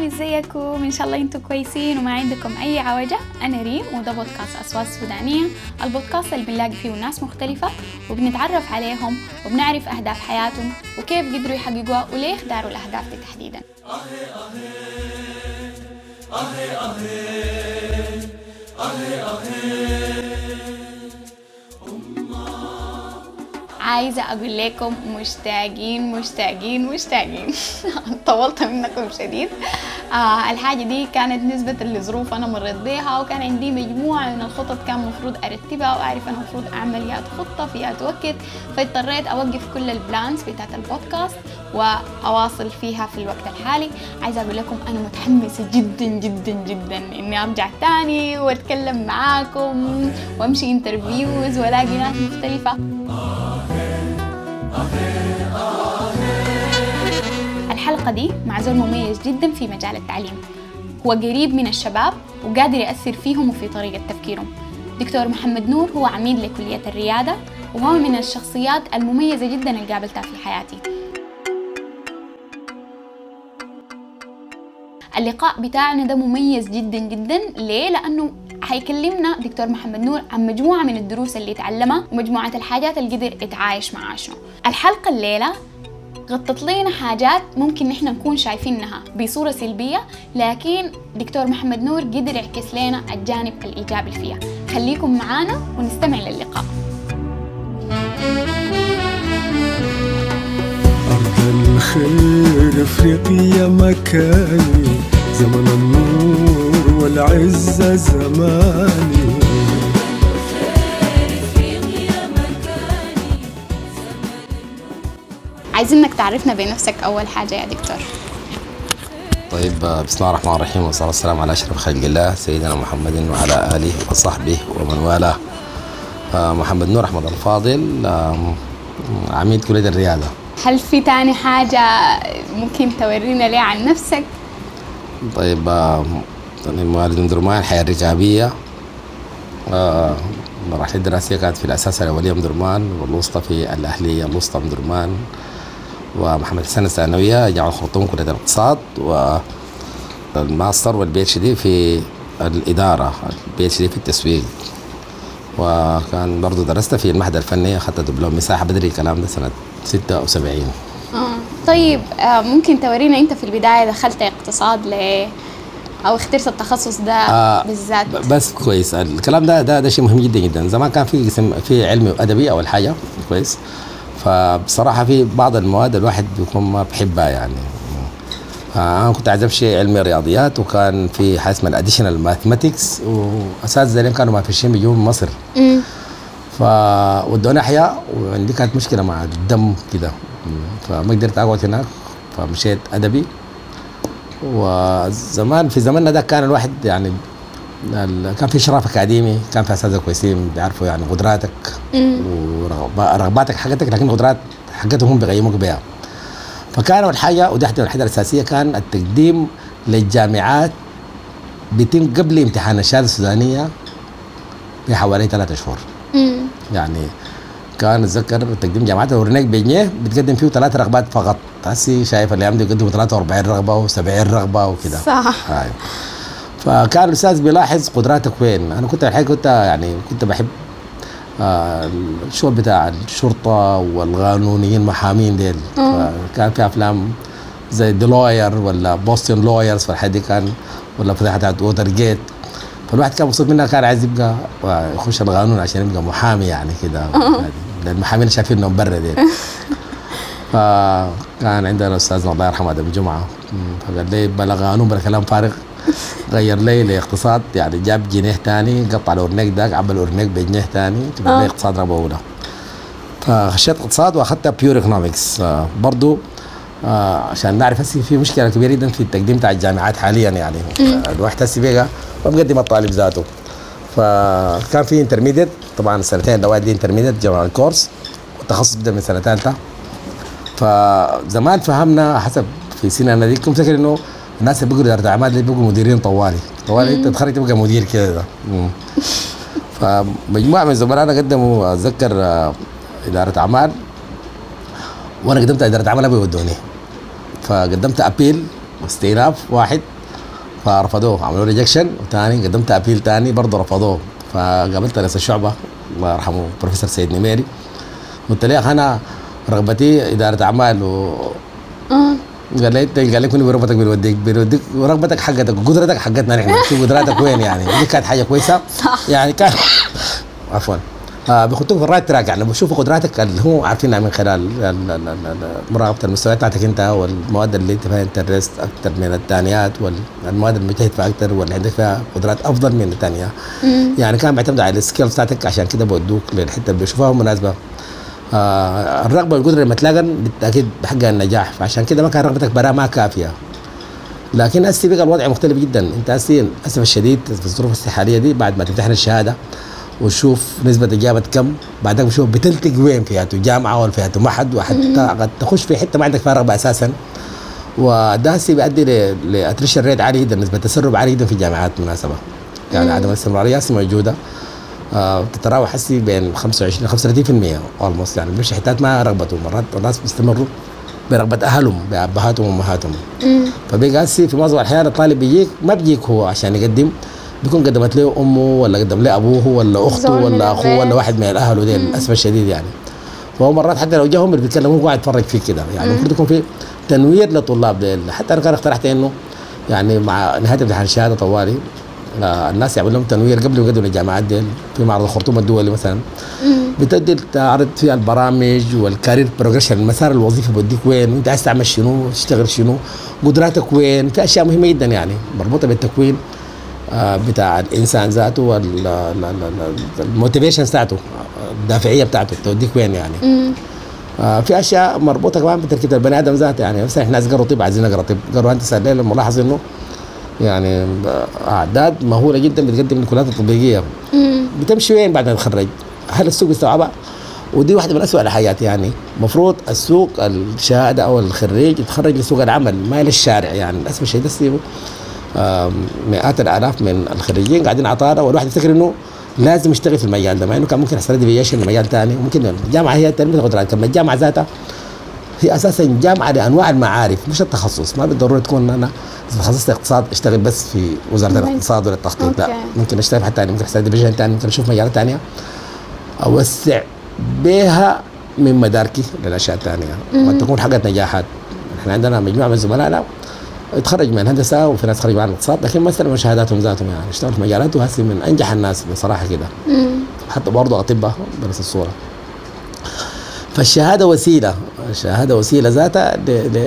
هاي ازيكم؟ ان شاء الله انتم كويسين وما عندكم اي عوجة. انا ريم وده بودكاست اصوات سودانية، البودكاست اللي بنلاقي فيه ناس مختلفة وبنتعرف عليهم وبنعرف اهداف حياتهم وكيف قدروا يحققوها وليه اختاروا الاهداف دي تحديدا. عايزة أقول لكم مشتاقين طولت منكم شديد. الحاجة دي كانت نسبة لظروف أنا مريت بيها، وكان عندي مجموعة من الخطط كان مفروض أرتبها وأعرف أنا مفروض أعمل يا خطة في وقت، فاضطريت أوقف كل البلانز بتاعت البودكاست وأواصل فيها في الوقت الحالي. عايزة أقول لكم أنا متحمسة جدا إني أرجع تاني وأتكلم معاكم وأمشي انترفيوز وألاقي ناس مختلفة. الحلقة دي مع زول مميز جدا في مجال التعليم، هو قريب من الشباب وقادر يأثر فيهم وفي طريقة تفكيرهم. دكتور محمد نور هو عميد لكلية الريادة، وهو من الشخصيات المميزة جدا اللي قابلتها في حياتي. اللقاء بتاعنا ده مميز جدا ليه؟ لأنه هيكلمنا دكتور محمد نور عن مجموعة من الدروس اللي تعلمها ومجموعة الحاجات اللي قدر يتعايش معها. شنو الحلقة الليلة غطت لنا حاجات ممكن نحن نكون شايفينها بصورة سلبية، لكن دكتور محمد نور قدر يعكس لنا الجانب الإيجابي فيها. خليكم معانا ونستمع للقاء. أرض الخير أفريقيا مكاني، زمن النور والعزة زماني. عايزينك تعرفنا بنفسك أول حاجة يا دكتور. طيب، بسم الله الرحمن الرحيم، والصلاة والسلام على أشرف خلق الله سيدنا محمد وعلى آله وصحبه ومن والاه. محمد نور أحمد الفاضل، عميد كلية الريادة. هل في تاني حاجة ممكن تورينا ليه عن نفسك؟ طيب، أنا مواليد من درمان، الحياة الرجابية. مراحل الدراسية كانت في الأساس الأولية من درمان، والوسطى في الأهلية الوسطى من درمان، ومحمد حسن الثانوية جامعة الخرطوم كلية الاقتصاد، والماستر والبي اتش دي في الإدارة، البي اتش دي في التسويق. وكان برضو درست في المعهد الفني، أخذت دبلوم مساحة بدري، الكلام ده سنة 76. طيب، ممكن تورينا أنت في البداية دخلت اقتصاد ليه أو اخترت التخصص ده بالذات؟ بس كويس، الكلام ده شيء مهم جدا. زمان كان في قسم في علمي وأدبي أول حاجة، كويس. فبصراحة في بعض المواد الواحد بيكون ما بحبها يعني. أنا كنت عايز أمشي علمي رياضيات، وكان في حاجة اسمها الأديشنال ماثماتكس، وأساتذة اللي كانوا ما فيشين بيجوا من مصر. فودوني أحياء، وعندي كانت مشكلة مع الدم كده، فما قدرت أقعد هناك، فمشيت أدبي. وزمان في زماننا ده كان الواحد يعني كان في شرف أكاديمي، كان في أساتذة كويسين بيعرفوا يعني قدراتك ورغباتك حقتك، لكن قدرات حقتهم هم بيقيموك بها. فكانوا الحاجة، ودي الحاجة الأساسية، كان التقديم للجامعات بيتم قبل امتحان الشهادة السودانية بحوالي 3 شهور. يعني كان أتذكر تقديم جامعات ورناك بينيه بتقدم فيه 3 رغبات فقط. هسي شايف الأيام دي يقدموا 43 رغبة و70 رغبة وكده. صح. فكان الأستاذ بيلاحظ قدراتك وين. أنا كنت الحقيقة كنت بحب الشغل بتاع الشرطة والقانونيين محامين ديل. كان في أفلام زي ديلوير ولا بوستن لويرز، فالحاجة دي كان، ولا فضيحة بتاعت ووتر جيت. فالواحد كان مبسوط منها، كان عايز يبقى يخش القانون عشان يبقى محامي يعني كده. المحامين شايفين انهم برا ديل. فكان عندنا أستاذنا الله يرحمه آدم جمعة، فقال لي بلا قانون بلا كلام فارغ، غير لي لاقتصاد. يعني جاب جنيه تاني، قطع الأورنيك ده، عمل الأورنيك بجنيه تاني، تبقى لي اقتصاد رغبة أولى. فخشيت اقتصاد واخدتها بيور ايكونومكس برضو، عشان نعرف هسي في مشكلة كبيرة جدا في التقديم بتاع الجامعات حاليا. يعني الواحد هسي بقى ومقدم الطالب ذاته. فكان في انترميديت، طبعا السنتين الأوائل دي انترميديت جنرال كورس، والتخصص بدأ من سنة ثالثة. فزمان فهمنا حسب في سنة دي، كنت فاكر انه الناس اللي بيقولوا إدارة أعمال اللي بيبقوا مديرين طوالي انت تتخرج تبقى مدير كده. فمجموعة من زملائنا قدموا، أتذكر إدارة أعمال، وأنا قدمت إدارة أعمال أبي يودوني. فقدمت أبيل واستئناف واحد، فرفضوه، عملوا ريجكشن، وثاني قدمت ابيل ثاني برضه رفضوه. فقابلت رئيس الشعبه الله يرحمه بروفيسور سيد نميري، قلت له يا اخي انا رغبتي اداره اعمال قال لي انت قال لي كوني برغبتك بنوديك ورغبتك حقتك وقدرتك حقتنا نحن، شوف قدراتك وين يعني. دي كانت حاجه كويسه صح. يعني كان عفوا بيخطوك في الرايت تراك، يعني بيشوفوا قدراتك اللي هو عارفينها من خلال مراقبه المستويات بتاعتك انت والمواد اللي انت فيها انترست اكثر من الثانيات، والمواد المجتهد فيها اكثر واللي عندك فيها قدرات افضل من الثانيه. يعني كان بيعتمد على السكيلز بتاعتك، عشان كده بودوك للحته اللي بيشوفوها مناسبه. الرغبه والقدره لما تلاقن بالتاكيد بحقق النجاح، فعشان كده ما كان رغبتك برا ما كافيه. لكن هسه بقى الوضع مختلف جدا. انت هسه للاسف الشديد في الظروف الحاليه دي بعد ما تمتحن الشهاده وتشوف نسبة إجابة كم، بعدين بشوف بتلتق وين، فيها جامعة ولا فيها معهد، وحتى قد تخش في حتة ما عندك فيها رغبة أساسا. وده هسه بيؤدي لأتريشن ريت عالي جدا، نسبة تسرب عالي جدا في الجامعات بالمناسبة. يعني عدم الاستمرارية هسه موجودة، تتراوح هسه بين 25 35% almost. يعني مش حتات ما رغبته، مرات الناس بيستمروا برغبة أهلهم بأبهاتهم وأمهاتهم. فبيجي هسه في معظم الأحيان الطالب بيجيك ما بيجيك هو عشان يقدم، بيكون قدمت له امه ولا قدم له ابوه ولا اخته ولا اخوه ولا واحد من الاهل، ودي للاسف الشديد يعني. فهو مرات حتى لو جاهم اللي بيتكلموا قاعد يتفرج فيك كده، يعني المفروض يكون في تنوير للطلاب. حتى انا كان اقترحت انه يعني مع نهايه امتحان الشهاده طوالي الناس يعمل لهم تنوير قبل ما يقدموا للجامعات دي، في معرض الخرطوم الدولي مثلا بتدي تعرض فيها البرامج والكارير بروجريشن، المسار الوظيفي بوديك وين، وانت عايز تعمل شنو، تشتغل شنو، قدراتك وين. في اشياء مهمه جدا يعني مربوطه بالتكوين بتاع الانسان ذاته والموتيفيشن بتاعته، الدافعيه بتاعته توديك وين يعني. في اشياء مربوطه كمان بتركيبه البني ادم ذاته. يعني مثلا احنا ناس قروا طب عايزين نقرا طب، قروا هندسه الليل، ملاحظ انه يعني اعداد مهوله جدا بتقدم الكليات التطبيقيه بتمشي وين بعد ما تتخرج؟ هل السوق بيستوعبها؟ ودي واحده من اسوء الحاجات. يعني المفروض السوق الشهاده او الخريج يتخرج لسوق العمل ما للشارع. يعني للاسف الشديد تسيبه مئات الالاف من الخريجين قاعدين عطاره، والواحد يفتكر انه لازم يشتغل في المجال ده، مع انه كان ممكن يحصل ديفيشن لمجال ثاني. ممكن الجامعه هي تنميه القدرات، كما الجامعه ذاتها هي اساسا جامعه لانواع المعارف مش التخصص. ما بالضروره تكون انا اذا تخصصت اقتصاد اشتغل بس في وزاره الاقتصاد ولا التخطيط، لا، ممكن اشتغل حتى ممكن اشتغل ديفيجن ثاني، ممكن اشوف مجالات ثانيه اوسع بها من مداركي للاشياء الثانيه وقد تكون حققت نجاحات. احنا عندنا مجموعه من زملائنا يتخرج من الهندسه وفي ناس تخرج من الاقتصاد، لكن ما استلموا شهاداتهم ذاتهم، يعني اشتغلوا في مجالات وهسه من انجح الناس بصراحه كده. حتى برضه اطباء بنفس الصوره. فالشهاده وسيله، الشهاده وسيله ذاتها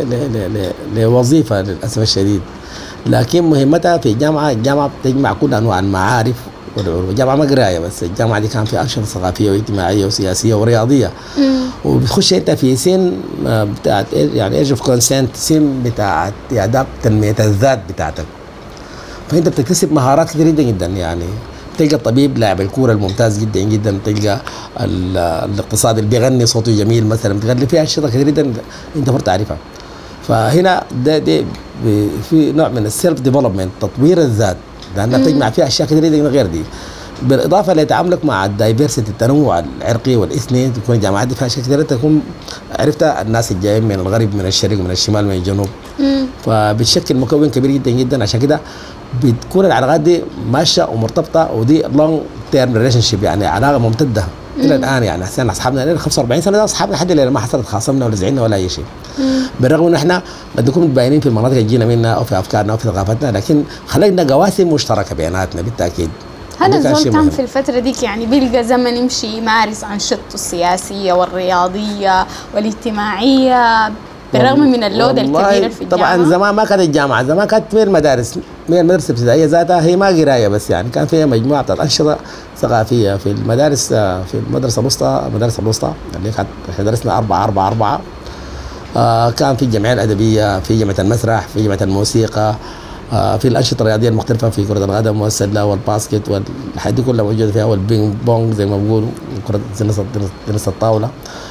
لوظيفه للاسف الشديد، لكن مهمتها في الجامعه بتجمع كل انواع المعارف والجامعه ما قرايه بس، الجامعه دي كان فيها انشطه ثقافيه واجتماعيه وسياسيه ورياضيه. وبتخش انت في سن بتاعت يعني ايج اوف كونسنت، سن بتاعت اداب تنميه الذات بتاعتك. فانت بتكتسب مهارات كثيره جدا يعني تلقى الطبيب لاعب الكوره الممتاز جدا جدا، تلقى الاقتصاد اللي بيغني صوته جميل مثلا، بتغني فيها انشطه كثيره جدا انت المفروض تعرفها. فهنا ده في نوع من السيلف ديفلوبمنت، تطوير الذات، لانها بتجمع فيها اشياء كثيره جدا غير دي، بالاضافه لتعاملك مع الدايفرسيتي، التنوع العرقي والاثني. تكون الجامعات دي فيها اشياء كثيره تكون عرفت الناس الجايين من الغرب من الشرق من الشمال من الجنوب، فبتشكل مكون كبير جدا جدا. عشان كده بتكون العلاقات دي ماشيه ومرتبطه، ودي لونج تيرم ريليشن شيب، يعني علاقه ممتده الى الان. يعني احنا اصحابنا لنا 45 سنه، ده اصحابنا لحد الان ما حصلت خاصمنا ولا زعلنا ولا اي شيء، بالرغم ان احنا قد نكون متباينين في المناطق اللي جينا منها او في افكارنا او في ثقافتنا، لكن خلقنا قواسم مشتركه بيناتنا بالتاكيد. هل الزول كان في الفترة ديك يعني بيلقى زمن يمشي يمارس أنشطته السياسية والرياضية والاجتماعية بالرغم من اللود الكبير في الجامعة؟ طبعا زمان ما كانت الجامعة، زمان كانت من المدارس الابتدائية ذاتها، هي ما قراية بس، يعني كان فيها مجموعة أنشطة ثقافية في المدارس. في المدرسة الوسطى اللي كانت درسنا 4-4-4. كان في الجمعية الأدبية، في جامعة المسرح، في جامعة الموسيقى، في الأنشطة الرياضية المختلفة، في كرة القدم والسلة والباسكت والحاجات دي كلها موجودة فيها، والبينج بونج زي ما بقولوا، كرة تنس الطاولة.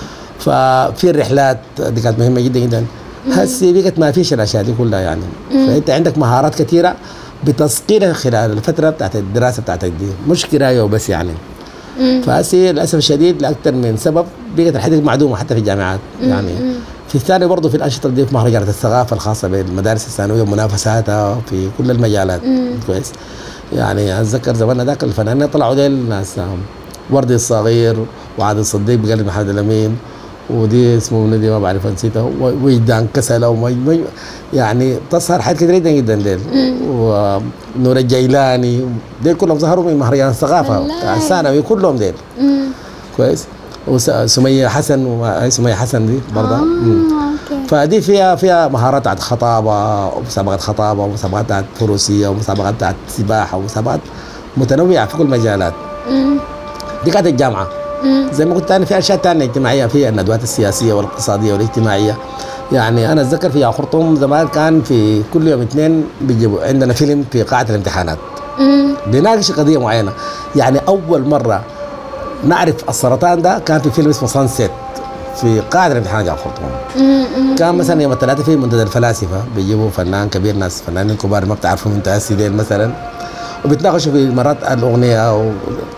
ففي الرحلات دي كانت مهمة جدا جدا. هسه بقت ما فيش الأشياء دي كلها يعني. فأنت عندك مهارات كثيرة بتثقيلها خلال الفترة بتاعت الدراسة بتاعتك دي، مش قراية وبس يعني. فهسه للأسف الشديد لأكثر من سبب بقت الحاجات معدومة حتى في الجامعات. يعني في الثاني برضه في الأنشطة دي في مهرجانات الثقافة الخاصة بالمدارس الثانوية ومنافساتها في كل المجالات. كويس. يعني أتذكر زمان ذاك الفنانين طلعوا ديل ناس وردي الصغير وعادل صديق بقلد محمد الأمين، ودي اسمه من دي ما بعرف نسيتها، وجدان كسلة يعني تظهر حاجات كثيرة جدا جدا ديل، ونور الجيلاني ديل كلهم ظهروا من مهرجان الثقافة الثانوي كلهم ديل. كويس. وسمية حسن سمية حسن دي برضه. فدي فيها مهارات بتاعت خطابة ومسابقات خطابة ومسابقات بتاعت فروسية ومسابقات بتاعت سباحة ومسابقات متنوعة في كل المجالات. دي كانت الجامعة. زي ما قلت أنا في أشياء تانية اجتماعية، في الندوات السياسية والاقتصادية والاجتماعية. يعني أنا أتذكر في خرطوم زمان كان في كل يوم اثنين بيجيبوا عندنا فيلم في قاعة الامتحانات بيناقش قضية معينة. يعني أول مرة نعرف السرطان ده كان في فيلم اسمه سانسيت في قاعة الامتحانات جامعة خرطوم. كان مثلا يوم الثلاثاء في منتدى الفلاسفة بيجيبوا فنان كبير، ناس فنانين كبار ما بتعرفوا من تأسيدين مثلا، وبيتناقشوا في مرات الأغنية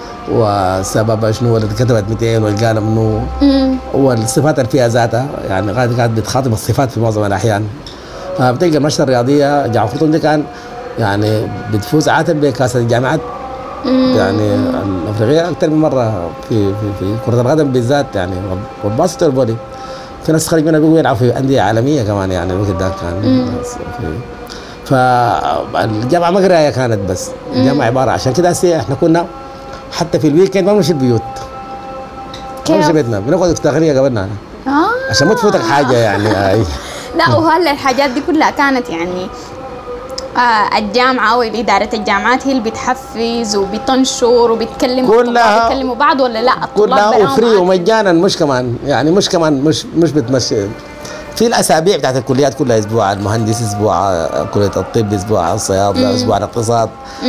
وسبب شنو اللي كتبت 200 والقالب منو والصفات اللي فيها ذاتها. يعني قاعد بتخاطب الصفات في معظم الأحيان. بتلقى النشرة الرياضية جامعة خرطوم دي كان يعني بتفوز عادة بكأس الجامعات يعني الأفريقية أكثر من مرة في كرة القدم بالذات يعني، والباسكت والفولي. في ناس خارج منها بيقوا يلعبوا في أندية عالمية كمان يعني الوقت ده كان. فالجامعة ما قراية كانت بس، الجامعة عبارة عشان كده احنا كنا حتى في الويكند ما بنمشي البيوت. ما بنمشي بيتنا، بنقعد في تغرية قبلنا عشان ما تفوتك حاجة يعني. لا وهلا الحاجات دي كلها كانت يعني الجامعة أو إدارة الجامعات هي اللي بتحفز وبتنشر وبتكلموا بعض ولا لا؟ كلها وفري ومجانا، مش كمان يعني مش بتمشي. في الأسابيع بتاعت الكليات كلها، أسبوع المهندس، أسبوع كلية الطب، أسبوع الصيادلة، أسبوع الاقتصاد.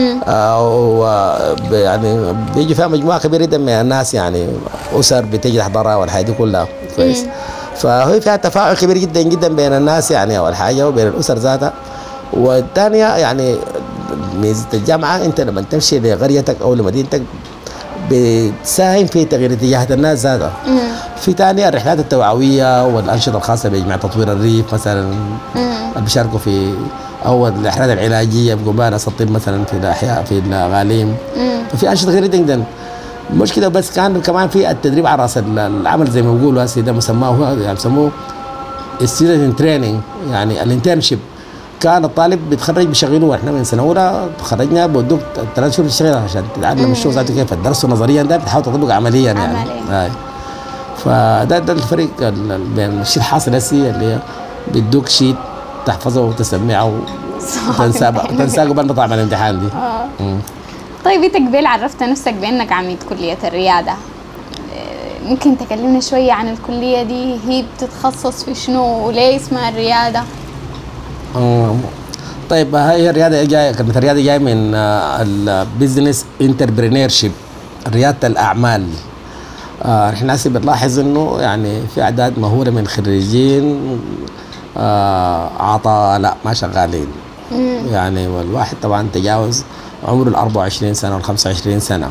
يعني بيجي فيها مجموعة كبيرة جدا من الناس يعني، أسر بتيجي تحضرها والحاجات دي كلها. كويس. فهي فيها تفاعل كبير جدا جدا بين الناس يعني أول حاجة وبين الأسر ذاتها. والثانية يعني ميزة الجامعة أنت لما تمشي لقريتك أو لمدينتك بتساهم في تغيير اتجاهات الناس ذاتها. في ثاني الرحلات التوعوية والأنشطة الخاصة بجمع تطوير الريف مثلا اللي بيشاركوا في أو الرحلات العلاجية بقبال ناس الطب مثلا في الأحياء في الأقاليم. وفي أنشطة كثيرة جدا. مش كده بس، كان كمان في التدريب على رأس العمل زي ما بيقولوا هسه ده مسماه يعني بيسموه ستودنت تريننج يعني الانترنشيب. كان الطالب بيتخرج بيشغلوه، احنا من سنه اولى تخرجنا بودوك 3 شهور تشتغل عشان تتعلم الشغل ذاته كيف. الدرس نظريا ده بتحاول تطبقه عمليا يعني. فده الفرق بين الشيء الحاصل هسه اللي هي بيدوك شيء تحفظه وتسمعه وتنساه قبل ما تطلع من الامتحان دي. طيب انت قبل عرفت نفسك بانك عميد كلية الرياضة، ممكن تكلمنا شوية عن الكلية دي؟ هي بتتخصص في شنو وليه اسمها الرياضة؟ طيب هي الرياضة جاية، كلمة الرياضة جاية من البيزنس انتربرينورشيب، ريادة الأعمال. احنا هسه بنلاحظ انه يعني في اعداد مهولة من خريجين عطاء ما شغالين يعني، والواحد طبعا تجاوز عمره 24 سنة وال 25 سنة.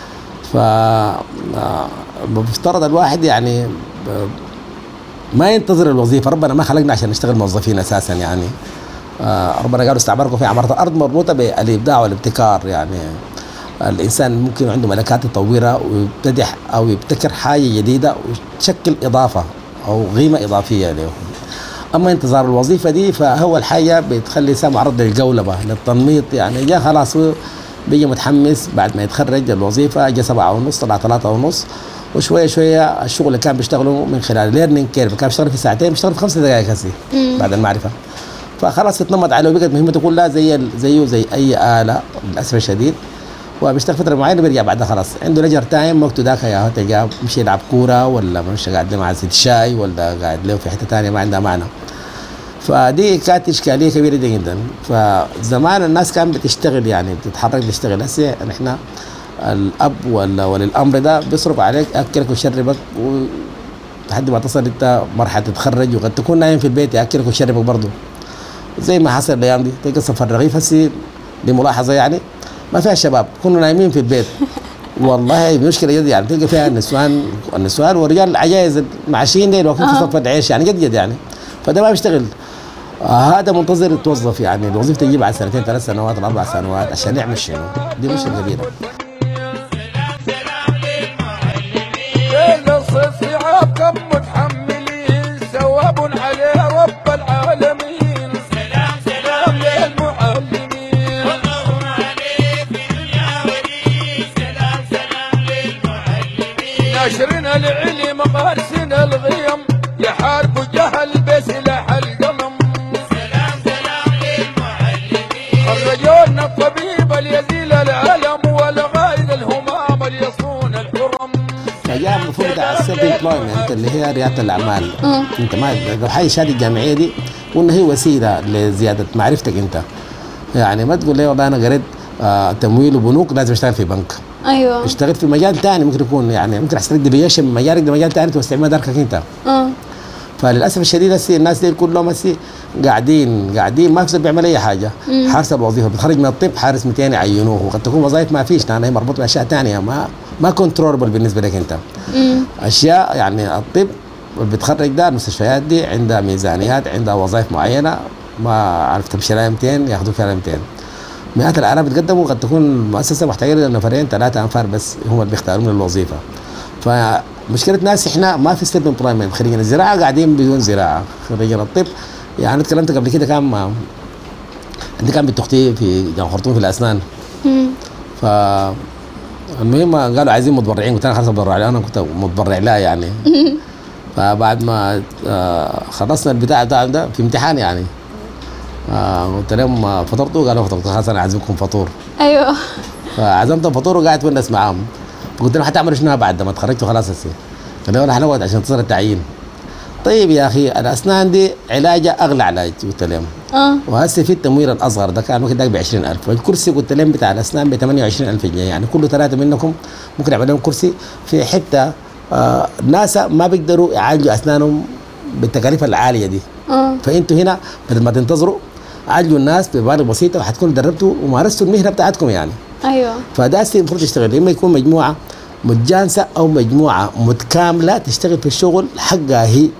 فبفترض الواحد يعني ما ينتظر الوظيفة. ربنا ما خلقنا عشان نشتغل موظفين أساسا يعني. ربنا قالوا استعمركم في عمارة الأرض مربوطة بالإبداع والابتكار. يعني الإنسان ممكن عنده ملكات يطورها ويبتدح أو يبتكر حاجة جديدة وتشكل إضافة أو قيمة إضافية له. أما انتظار الوظيفة دي فهو الحاجة بتخلي الإنسان معرض للجولبة للتنميط. يعني جاء خلاص بيجي متحمس بعد ما يتخرج الوظيفة، جاء 7:30 طلع 3:30 وشوية شوية الشغل اللي كان بيشتغله من خلال ليرنينج كيرف كان بيشتغل في ساعتين بيشتغل في 5 دقائق هسي بعد المعرفة. فخلاص اتنمط عليه وبقت مهمته كلها زي أي آلة للأسف الشديد، وبيشتغل فترة معينة بيرجع بعدها خلاص عنده ليجر تايم وقته ذاك يا تلقاه مشي يلعب كورة ولا مش قاعد له مع زيت شاي ولا قاعد له في حتة ثانية ما عندها معنى. فدي كانت إشكالية كبيرة جدا. فزمان الناس كانت بتشتغل يعني بتتحرك تشتغل. هسه نحن الأب ولا ولي الأمر ده بيصرف عليك أكلك ويشربك لحد ما تصل أنت مرحلة تتخرج، وقد تكون نايم في البيت يأكلك ويشربك برضه زي ما حصل الأيام دي. تلقى صف الرغيف هسه دي ملاحظة يعني ما فيها شباب، كنا نايمين في البيت والله مشكله جد يعني، تلقى فيها النسوان والرجال عجايز معاشين ديل واقفين في صف العيش يعني جد يعني. فده ما بيشتغل. هذا منتظر يتوظف، يعني الوظيفه تجي بعد سنتين 3 سنوات 4 سنوات عشان يعمل شنو؟ دي مشكله كبيره. كم متحملين ثواب عليه رب العالمين. سلام سلام للمعلمين والله عليه في دنيا ودين. سلام سلام للمعلمين ناشرين العلم غارسين الغيم يحاربوا جهل بسلاح القمم. سلام سلام للمعلمين خرجوا لنا الطبيب ليزيل الالم والغايد الهمام ليصون الحرم. فجاء المفروض بتاع السيلف امبلويمنت اللي هي رياده الاعمال. انت ما لو حاجه شهاده الجامعيه دي قلنا هي وسيله لزياده معرفتك انت. يعني ما تقول لي والله انا قريت تمويل وبنوك لازم اشتغل في بنك. ايوه اشتغلت في مجال ثاني ممكن يكون يعني ممكن احسن ديفيشن من مجالك ده مجال ثاني توسع مداركك انت. فللاسف الشديد الناس دي كلهم قاعدين ما في بيعمل اي حاجه. حارس الوظيفه بتخرج من الطب حارس 200 يعينوه، وقد تكون وظائف ما فيش لانها مربوطه باشياء ثانيه ما كنترولبل بالنسبه لك انت. اشياء يعني الطب بتخرج ده المستشفيات دي عندها ميزانيات، عندها وظائف معينه ما عرفت تمشي لها 200 ياخذوا فيها 200. مئات الالاف بتقدموا، قد تكون المؤسسه محتاجه نفرين 3 انفار بس هم اللي بيختارون للوظيفه. فمشكله ناس احنا ما في ستيب امبلويمنت، خريجين الزراعه قاعدين بدون زراعه، خريجين الطب يعني تكلمت قبل كده كان عندي كان بنت اختي في جامعه خرطوم في الاسنان. فالمهم قالوا عايزين متبرعين، قلت انا خلاص اتبرع لها، انا كنت متبرع لها يعني. فبعد ما خلصنا البتاع ده في امتحان يعني قلت لهم فطرتوا؟ قالوا فطرت. خلاص انا عازمكم فطور. ايوه فعزمتهم فطور وقعدت ونس معاهم. فقلت لهم حتعملوا شنو بعد ما تخرجتوا خلاص هسه؟ قالوا انا حنقعد عشان تصير التعيين. طيب يا اخي الاسنان دي علاجها اغلى علاج قلت لهم. وهسه في التمويل الاصغر ده كان وقت ب 20,000، والكرسي قلت لهم بتاع الاسنان ب 28,000 جنيه، يعني كل 3 منكم ممكن يعمل لهم كرسي في حته ناس ما بيقدروا يعالجوا اسنانهم بالتكاليف العاليه دي. فانتوا هنا بدل ما تنتظروا عالجوا الناس بمبالغ بسيطه وحتكونوا دربتوا ومارستوا المهنه بتاعتكم يعني. ايوه فده المفروض تشتغل، اما يكون مجموعه متجانسه او مجموعه متكامله تشتغل في الشغل حقها هي.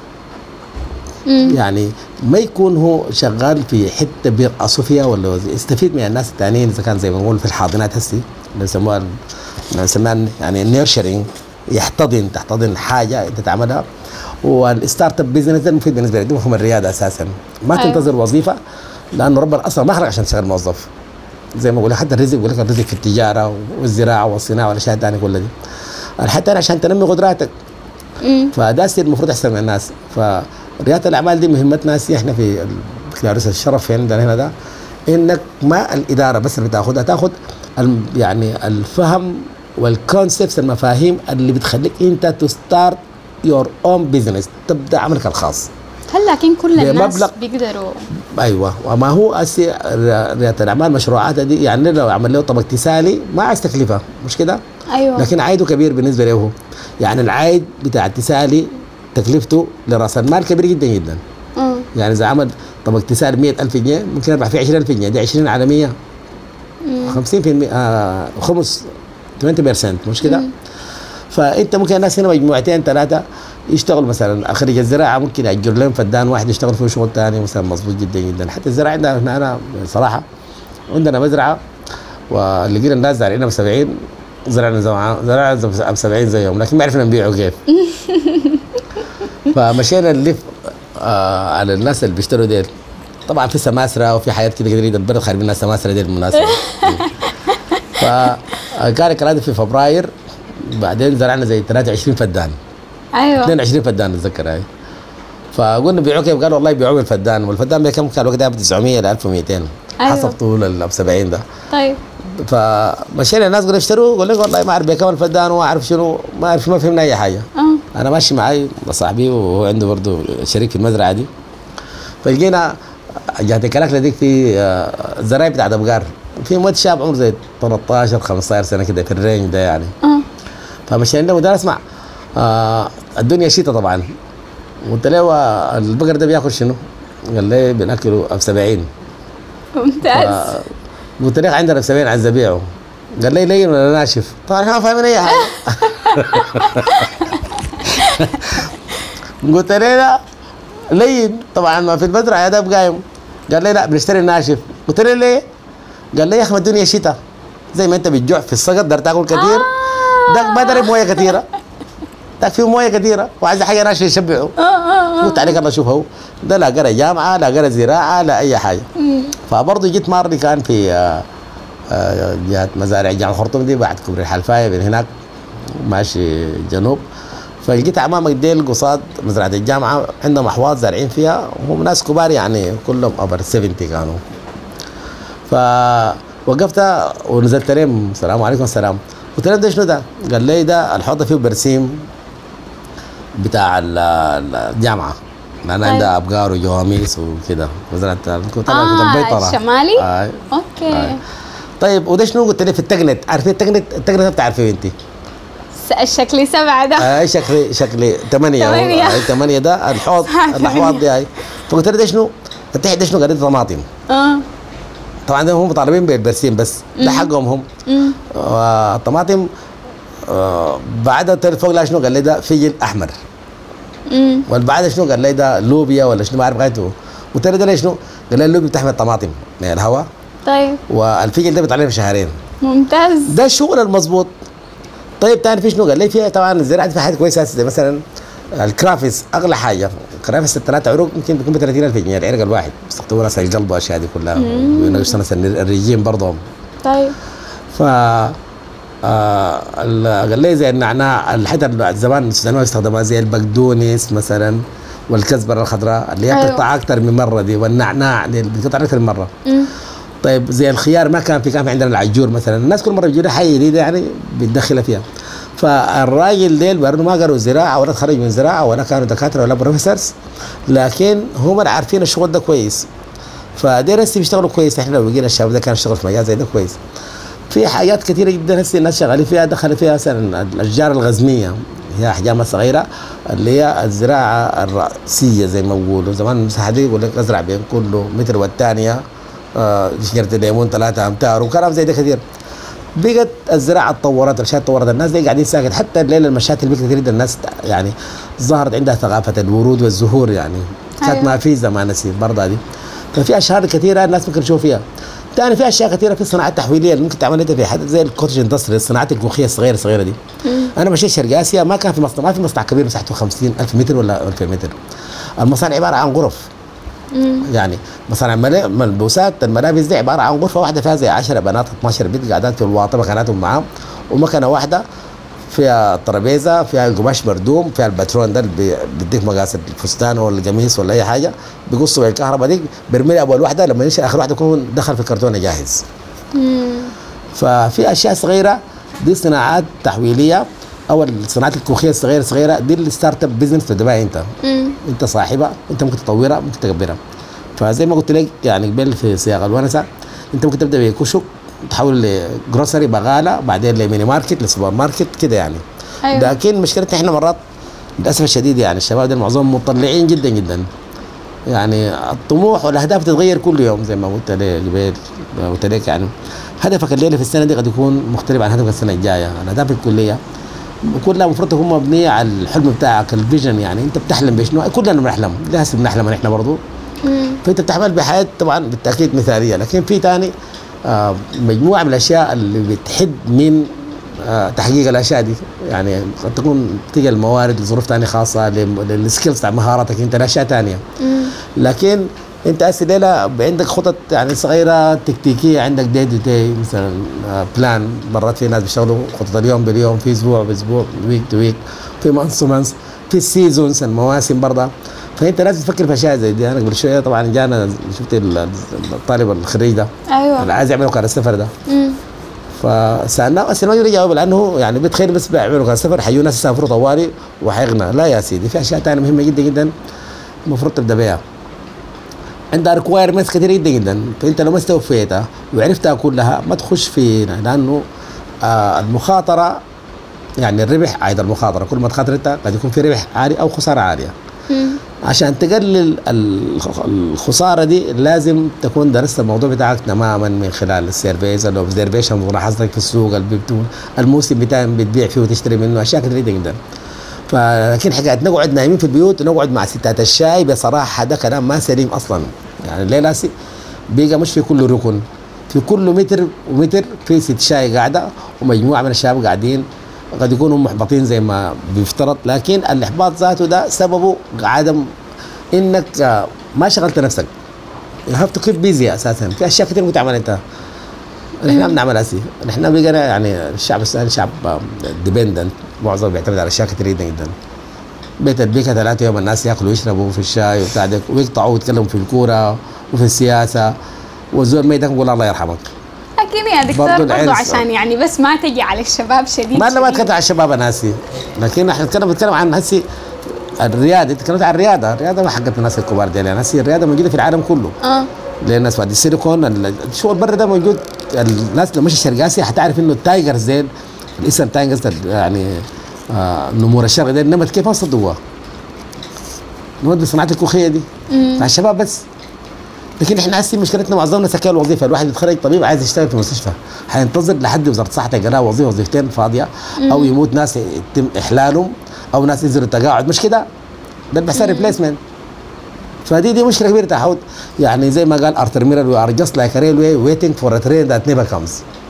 يعني ما يكون هو شغال في حته بيرقصوا فيها ولا يستفيد من الناس الثانيين، اذا كان زي ما نقول في الحاضنات هسي اللي بيسموها يعني النيرشرينج، تحتضن حاجه انت تعملها. والستارت اب بزنس ده مفيد بالنسبه لك، ده مفهوم الرياده اساسا. ما تنتظر وظيفه لانه ربنا اصلا ما خلق عشان تشتغل موظف. زي ما اقول حتى الرزق بيقول لك الرزق في التجاره والزراعه والصناعه والاشياء الثانيه كلها دي. حتى عشان تنمي قدراتك. فده المفروض احسن من الناس. فرياده الاعمال دي مهمتنا احنا في كلاريس الشرف عندنا هنا ده، انك ما الاداره بس اللي بتاخذها، تاخذ يعني الفهم والكونسبتس المفاهيم اللي بتخليك انت تستارت يور اون بزنس، تبدا عملك الخاص. هل لكن كل الناس بيقدروا؟ ايوه، وما هو رياده الاعمال مشروعاتها دي يعني لو عمل له طبق تسالي ما عايز تكلفه مش كده؟ ايوه لكن عائده كبير بالنسبه له. يعني العائد بتاع التسالي تكلفته لراس المال كبير جدا جدا. يعني اذا عمل طبق تسالي 100,000 جنيه ممكن يربح فيه 20,000 جنيه، دي 20 على 100 50% خمس 20% مش كده؟ فانت ممكن الناس هنا مجموعتين 3 يشتغلوا، مثلا خريج الزراعه ممكن يأجر لهم فدان واحد يشتغل فيه شغل ثاني مثلا مظبوط جدا جدا. حتى الزراعه عندنا انا صراحه عندنا مزرعه ولقينا الناس زارعينها ب70 زرعنا ب70 زيهم، لكن ما عرفنا نبيعه كيف. فمشينا نلف على الناس اللي بيشتروا ديل. طبعا في سماسره وفي حاجات كده قدرين البلد خاربين الناس سماسره ديل بالمناسبه. فكان الكلام في فبراير، بعدين زرعنا زي 23 فدان. ايوه 22 فدان اتذكر هاي. فقلنا بيعوه كيف؟ قالوا والله بيعوه بالفدان، والفدان بكم كان الوقت ب 900 ل 1200 حسب طول ال 70 ده. طيب فمشينا الناس قالوا اشتروا، قال لك والله ما اعرف بكم الفدان وما اعرف شنو، ما فهمنا اي حاجه. انا ماشي معي صاحبي وهو عنده برضه شريك في المزرعه دي. فلقينا جهه الكلاكله ديك في الزراعي بتاع دبقار، في مود شاب عمره زي 13 15 سنه كده في الرينج ده يعني. فمشينا وده اسمع الدنيا شتاء طبعا. قلت له البقر ده بياكل شنو؟ قال لي بناكله ب 70. ممتاز. قلت له عندنا ب 70 عايز ابيعه. قال لي لين ولا ناشف؟ طبعا احنا ما فاهمين اي حاجه. قلت له لا لين، طبعا ما في المزرعه يا داب قايم. قال لي لا بنشتري الناشف. قلت له ليه؟ قال لي يا اخي ما الدنيا شتاء، زي ما انت بتجوع في السقط دار تاكل كثير، داك ما درب مويه كثيره، داك فيه مويه كثيره وعايز حاجه ناشفه يشبعه. قلت عليك الله شوف هو ده لا قرا جامعه لا قرا زراعه لا اي حاجه. فبرضه جيت مارلي كان في جهه مزارع جامعه الخرطوم دي بعد كوبري الحلفايه من هناك ماشي جنوب. فلقيت امامك ديل قصاد مزرعه الجامعه عندهم احواض زارعين فيها وهم ناس كبار يعني كلهم اوفر 70 كانوا. فوقفت ونزلت لهم السلام عليكم السلام. قلت لهم ده شنو ده؟ قال لي ده الحوض فيه برسيم بتاع الجامعه لان عندها ابقار وجواميس وكده. مزرعه كنت البيطره الشمالي. اوكي. طيب وده شنو؟ قلت لي في التقنت. عارفين التقنت؟ التقنت بتعرفيه انت؟ الشكل 7 ده. شكلي 8. 8 ده الحوض الاحواض دي هاي. فقلت له ده شنو؟ فتحت ده شنو؟ قال لي طماطم. طبعا ده هم طالبين بالبرسيم بس ده حقهم هم. الطماطم بعدها فوق لا شنو؟ قال لي ده فجل احمر. والبعد شنو؟ قال لي ده لوبيا ولا شنو ما اعرف غايته. قلت له ده شنو؟ قال لي اللوبيا بتحمل الطماطم من الهواء. طيب. والفجل ده بيطلع في شهرين. ممتاز. ده الشغل المضبوط. طيب تاني في شنو؟ قال لي فيها طبعا الزراعه في حاجات كويسه زي مثلا الكرافس اغلى حاجه. كرافس الثلاث عروق يمكن بيكون ب 30,000 جنيه العرق الواحد، بيستخدموا ناس القلب والاشياء دي كلها وينقصوا ناس الرجيم برضه. طيب. ف قال لي زي النعناع الحته زمان السودانيين يستخدموها زي البقدونس مثلا والكزبره الخضراء اللي هي بتقطع اكثر من مره دي، والنعناع اللي بتقطع اكثر من مره. طيب زي الخيار ما كان في عندنا العجور مثلا، الناس كل مره بيجوا لها حاجه جديده يعني بتدخلها فيها. فالراجل ديل برضه ما قالوا زراعه ولا تخرج من زراعه ولا كانوا دكاتره ولا بروفيسورز، لكن هم عارفين الشغل ده كويس. فدير هسه بيشتغلوا كويس. احنا لو لقينا الشباب ده كان يشتغل في مجال زي ده كويس. في حاجات كثيره جدا هسه الناس شغالين فيها، دخل فيها مثلا الاشجار الغزميه، هي احجام صغيره اللي هي الزراعه الراسيه زي ما بيقولوا. زمان المساحه دي يقول لك ازرع بين كله متر والثانيه شجره الليمون 3 امتار وكلام زي ده كثير. بقت الزراعه اتطورت، الاشياء اتطورت، الناس دي قاعدين ساكت. حتى الليله المشات اللي كثير جدا الناس يعني ظهرت عندها ثقافه الورود والزهور يعني كانت ما في زمان نسيب برضه دي. ففي اشهار كثيره الناس ممكن تشوف فيها. ثاني في اشياء كثيره في الصناعات التحويليه اللي ممكن تعمل انت في حد زي الكوتج اندستري، الصناعات الكوخيه الصغيره دي. انا مشيت شرق اسيا ما كان في مصنع، ما في مصنع كبير مساحته 50,000 متر ولا 2000 متر. المصانع عباره عن غرف. يعني مصانع ملبوسات الملابس دي عباره عن غرفه واحده فيها زي 10 بنات 12 بنت قاعدات في الواطه مكاناتهم معاهم، ومكنه واحده فيها ترابيزه فيها قماش مردوم فيها الباترون ده اللي بيديك مقاس الفستان ولا القميص ولا اي حاجه، بيقصوا بالكهرباء دي بيرمي اول واحده لما ينشأ اخر واحده يكون دخل في الكرتونه جاهز. ففي اشياء صغيره دي صناعات تحويليه او الصناعات الكوخيه الصغيره دي الستارت اب بزنس تبقى انت صاحبها، انت ممكن تطورها ممكن تكبرها. فزي ما قلت لك يعني قبل في سياق الونسه انت ممكن تبدا بكشك تحول لجروسري بقاله بعدين لميني ماركت لسوبر ماركت كده يعني. أيوة. لكن مشكلتنا احنا مرات للاسف الشديد يعني الشباب ده معظمهم مطلعين جدا جدا، يعني الطموح والاهداف تتغير كل يوم زي ما قلت لك قبل. قلت لك يعني هدفك الليله في السنه دي قد يكون مختلف عن هدفك السنه الجايه. الاهداف الكليه كلها المفروض تكون مبنيه على الحلم بتاعك الفيجن، يعني انت بتحلم بشنو؟ كلنا بنحلم، لازم بنحلم احنا برضه. فانت بتحمل بحياه طبعا بالتاكيد مثاليه، لكن في ثاني مجموعه من الاشياء اللي بتحد من تحقيق الاشياء دي، يعني قد تكون تلقى الموارد لظروف ثانيه خاصه للسكيلز تاع مهاراتك انت لاشياء ثانيه. لكن انت هسه ليله عندك خطط يعني صغيره تكتيكيه، عندك دي دي مثلا بلان. مرات في ناس بيشتغلوا خطط اليوم باليوم، في اسبوع باسبوع، ويك تو ويك، في مانث تو مانث، في السيزونز المواسم برضه. فانت لازم تفكر في اشياء زي دي. انا قبل شويه طبعا جانا شفت الطالب الخريج ده ايوه اللي عايز يعمل كان السفر ده. فسالناه اسئله ما يقدر يجاوب لانه يعني بتخيل بس بيعملوا كان السفر حيجوا ناس يسافروا طوالي وحيغنى. لا يا سيدي، في اشياء ثانيه مهمه جدا جدا المفروض تبدا بها. عندها ريكوايرمنتس كثير جدا جدا، فانت لو ما استوفيتها وعرفتها كلها ما تخش في، لانه المخاطره يعني الربح عايد المخاطره، كل ما تخاطر انت قد يكون في ربح عالي او خساره عاليه. عشان تقلل الخساره دي لازم تكون درست الموضوع بتاعك تماما من خلال السيرفيز الاوبزرفيشن وملاحظتك في السوق الموسم بتاعك بتبيع فيه وتشتري منه اشياء كثيره جدا. فلكن حكايه نقعد نايمين في البيوت ونقعد مع ستات الشاي بصراحه ده كلام ما سليم اصلا. يعني الليله بيجا مش في كل ركن، في كل متر ومتر في ست شاي قاعده ومجموعه من الشباب قاعدين قد يكونوا محبطين زي ما بيفترض، لكن الاحباط ذاته ده سببه عدم انك ما شغلت نفسك. you have to keep busy اساسا. في اشياء كثير ممكن تعملها انت، نحن بنعمل هسي، نحن بقينا يعني الشعب السوداني شعب ديبندنت، معظم بيعتمد على اشياء كثير جدا. بيت البيكه 3 يوم الناس ياكلوا ويشربوا في الشاي وبتاع ده ويقطعوا ويتكلموا في الكوره وفي السياسه، والزول ما يقول الله يرحمك. اكيد يا دكتور برضه عشان يعني بس ما تجي على الشباب شديد. ما انا بتكلم على الشباب ناسي، لكن احنا بنتكلم عن هسي الرياده. تكلمت عن الرياده ما حقت الناس الكبار دي، يعني هسي الرياده موجوده في العالم كله. لان الناس بعد السيليكون شو البر ده موجود. الناس لو مشي شرق اسيا حتعرف انه التايجرز زين الاسم تايجرز يعني نمور الشرق ده نمت كيف صدقوها نمت بصناعه الكوخيه دي مع الشباب بس. لكن احنا هسه مشكلتنا معظمنا سكان الوظيفه. الواحد يتخرج طبيب عايز يشتغل في مستشفى حينتظر لحد وزاره الصحه تلقى وظيفه وظيفتين فاضيه، او يموت ناس يتم احلالهم، او ناس ينزلوا التقاعد. مش كده؟ ده بيحصل ريبليسمنت. فدي مشكله كبيره تحول. يعني زي ما قال ارثر ميلر وي ار جاست لايك ريلوي ويتنج فور ا ترين ذات نيفر كمز.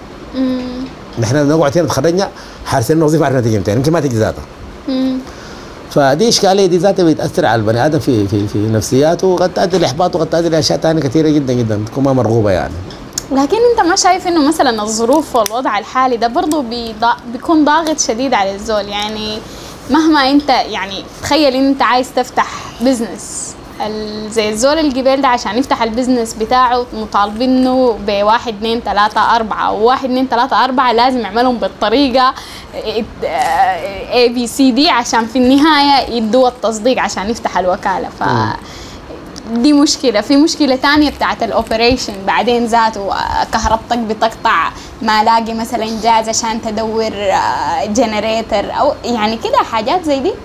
نحن نقعد هنا تخرجنا حارسين وظيفه عارفين تيجي متى يمكن ما تيجي ذاتها. فدي اشكاليه دي ذاتها بتاثر على البني ادم في نفسياته، وقد تؤدي لاحباط وقد تؤدي لاشياء ثانيه كثيره جدا جدا تكون ما مرغوبه يعني. لكن انت ما شايف انه مثلا الظروف والوضع الحالي ده برضه بيكون ضاغط شديد على الزول؟ يعني مهما انت يعني تخيل ان انت عايز تفتح بزنس زي الزول الجبال ده، عشان يفتح البزنس بتاعه مطالبينه ب1 2 3 4 و1 2 3 4 لازم يعملهم بالطريقه ABCD عشان في النهايه يدوا التصديق عشان يفتح الوكاله. دي مشكله. في مشكله تانية بتاعت الاوبريشن بعدين ذاته كهربتك بتقطع، ما لاقي مثلا جهاز عشان تدور جنريتر او يعني كده حاجات زي دي.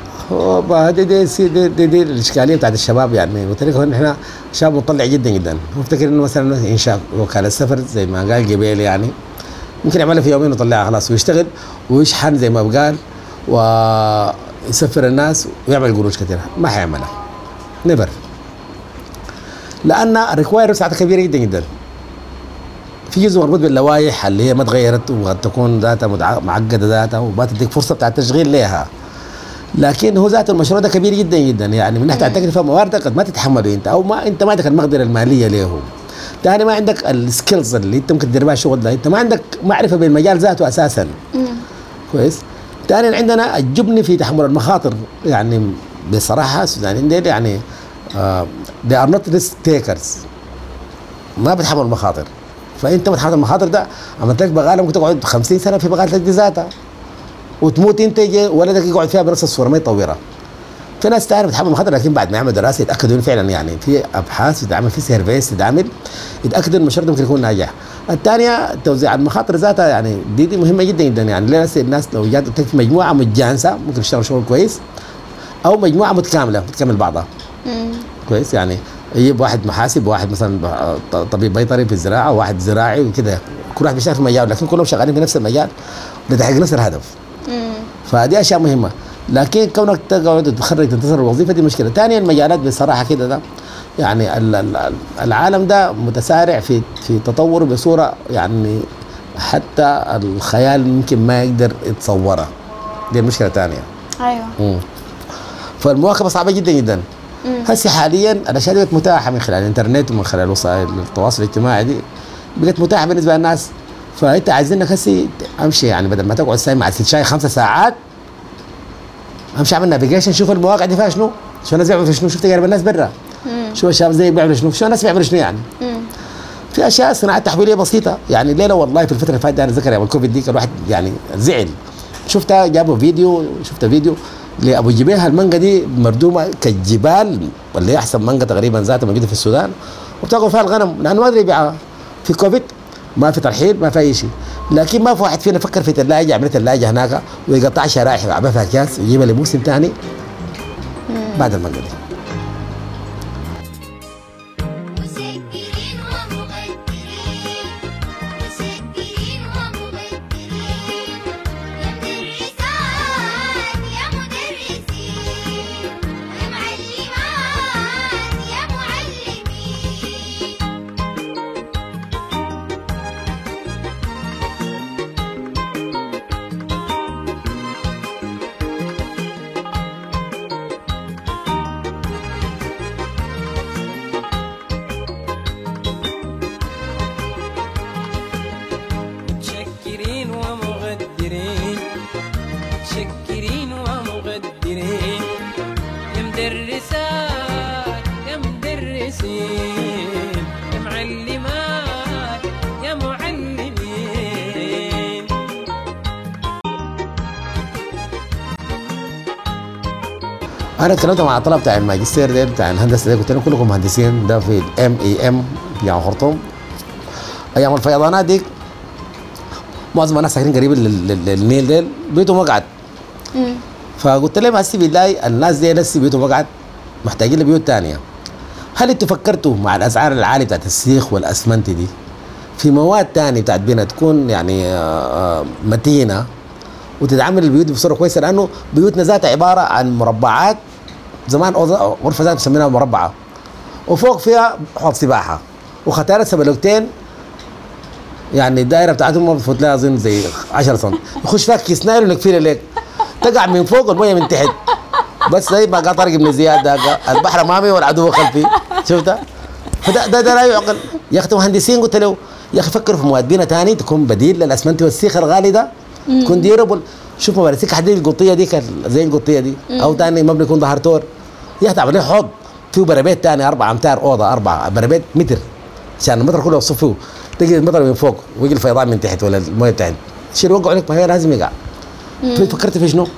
دي الاشكاليه بتاعت الشباب. يعني قلت لك احنا شاب مطلع جدا جدا، مفتكر انه مثلا انشاء وكاله سفر زي ما قال جبيل يعني ممكن يعملها في يومين ويطلعها خلاص ويشتغل ويشحن زي ما قال ويسفر الناس ويعمل قروش كثيره. ما حيعملها نيفر، لان الريكواير بتاعتها كبيره جدا جدا. في جزء مربوط باللوائح اللي هي ما تغيرت وقد تكون ذاتها معقده ذاتها وما تديك فرصه بتاعت تشغيل لها. لكن هو ذات المشروع ده كبير جدا جدا، يعني من ناحيه التكلفه مواردك قد ما تتحمله انت، او ما انت ما عندك المقدره الماليه له. ثاني ما عندك السكيلز اللي انت ممكن تدير بها الشغل ده، انت ما عندك معرفه بالمجال ذاته اساسا. كويس. ثانيا عندنا الجبن في تحمل المخاطر. يعني بصراحه السودانيين ديل يعني they are not risk takers، ما بتحمل المخاطر. فانت بتحمل المخاطر ده عملت لك بغاله ممكن تقعد 50 سنه في بغالتك دي ذاتها وتموت انت ولدك يقعد فيها بنفس الصوره ما يطورها. في ناس ثانيه بتحمل المخاطر لكن بعد ما يعمل دراسه يتاكدوا انه فعلا يعني في ابحاث يتعمل في سيرفيس تتعمل يتاكدوا ان المشروع ممكن يكون ناجح. الثانيه توزيع المخاطر ذاتها يعني دي مهمه جدا جدا. يعني ليه الناس لو جات في مجموعه متجانسه ممكن يشتغلوا شغل كويس، او مجموعه متكامله بتكمل بعضها. كويس. يعني يجيب واحد محاسب وواحد مثلا طبيب بيطري في الزراعه وواحد زراعي وكده، كل واحد بيشتغل في مجال لكن كلهم شغالين في نفس المجال لتحقيق نفس الهدف. فدي اشياء مهمه. لكن كونك تقعد تتخرج تنتظر الوظيفه دي مشكله. ثانيا المجالات بصراحه كده ده يعني العالم ده متسارع في تطوره بصوره يعني حتى الخيال ممكن ما يقدر يتصورها. دي مشكله ثانيه. ايوه. فالمواكبه صعبه جدا جدا. هسه حاليا الاشياء دي بقت متاحه من خلال الانترنت ومن خلال وسائل التواصل الاجتماعي دي بقت متاحه بالنسبه للناس. فانت عايزينك هسه امشي يعني بدل ما تقعد ساي مع الشاي 5 ساعات امشي اعمل نافيجيشن شوف المواقع دي فيها شنو الناس بيعملوا شنو، شفت قريب الناس برا شو الشباب زي بيعملوا شنو الناس بيعملوا شنو. يعني في اشياء صناعات تحويليه بسيطه. يعني الليله والله في الفتره اللي فاتت انا ذكر يوم الكوفيد دي كان الواحد يعني زعل. شفتها جابوا فيديو لابو جبيهه المانجا دي مردومه كالجبال واللي احسن مانجا تقريبا ذاتها موجوده في السودان وبتاكل فيها الغنم لانه ما ادري يبيعها. في كوفيد ما في ترحيل ما في اي شيء، لكن ما في واحد فينا فكر في ثلاجه يعمل ثلاجه هناك ويقطع شرايح ويعبى فيها اكياس ويجيبها لموسم ثاني بعد المانجا دي. انا اتكلمت مع الطلبه بتاع الماجستير ده بتاع الهندسه ده، قلت لهم كلكم مهندسين، ده في الMAM يعني خرطوم. ايام الفيضانات دي معظم الناس ساكنين قريب للنيل ده، بيتهم مقعد. فقلت لهم هسي بالله الناس دي لسه بيوتهم مقعد، محتاجين لبيوت ثانيه. هل انتوا فكرتوا مع الاسعار العاليه بتاعت السيخ والاسمنت دي في مواد ثانيه بتاعت بناء تكون يعني متينه وتتعامل البيوت بصوره كويسه؟ لانه بيوتنا ذاتها عباره عن مربعات، زمان غرفه ذات بسميناها مربعه، وفوق فيها حوض سباحه وختارة سبلوكتين، يعني الدائره بتاعتهم ما بتفوت لها اظن زي 10 سم، يخش فيها كيس نايل ونكفيها لك، تقع من فوق والميه من تحت، بس زي ما قال طارق بن زياد ده البحر امامي والعدو خلفي، شفتها؟ فده لا يعقل يا اخي. مهندسين قلت له يا اخي فكروا في مواد بناء ثاني تكون بديل للاسمنت والسيخ الغالي ده، تكون ديوربل. شوف مواسيك حديد القطيه دي زي القطيه دي، او ثاني مبنى يكون ظهر تور، يا اخي تعمل ليه حوض فيه بربيت ثاني 4 امتار اوضه، 4 بربيت متر عشان المطر كله يوصف فيه، تجي المطر من فوق ويجي الفيضان من تحت ولا المويه بتاعت شيل وقعوا عليك، ما هي لازم يقع. فكرت في شنو؟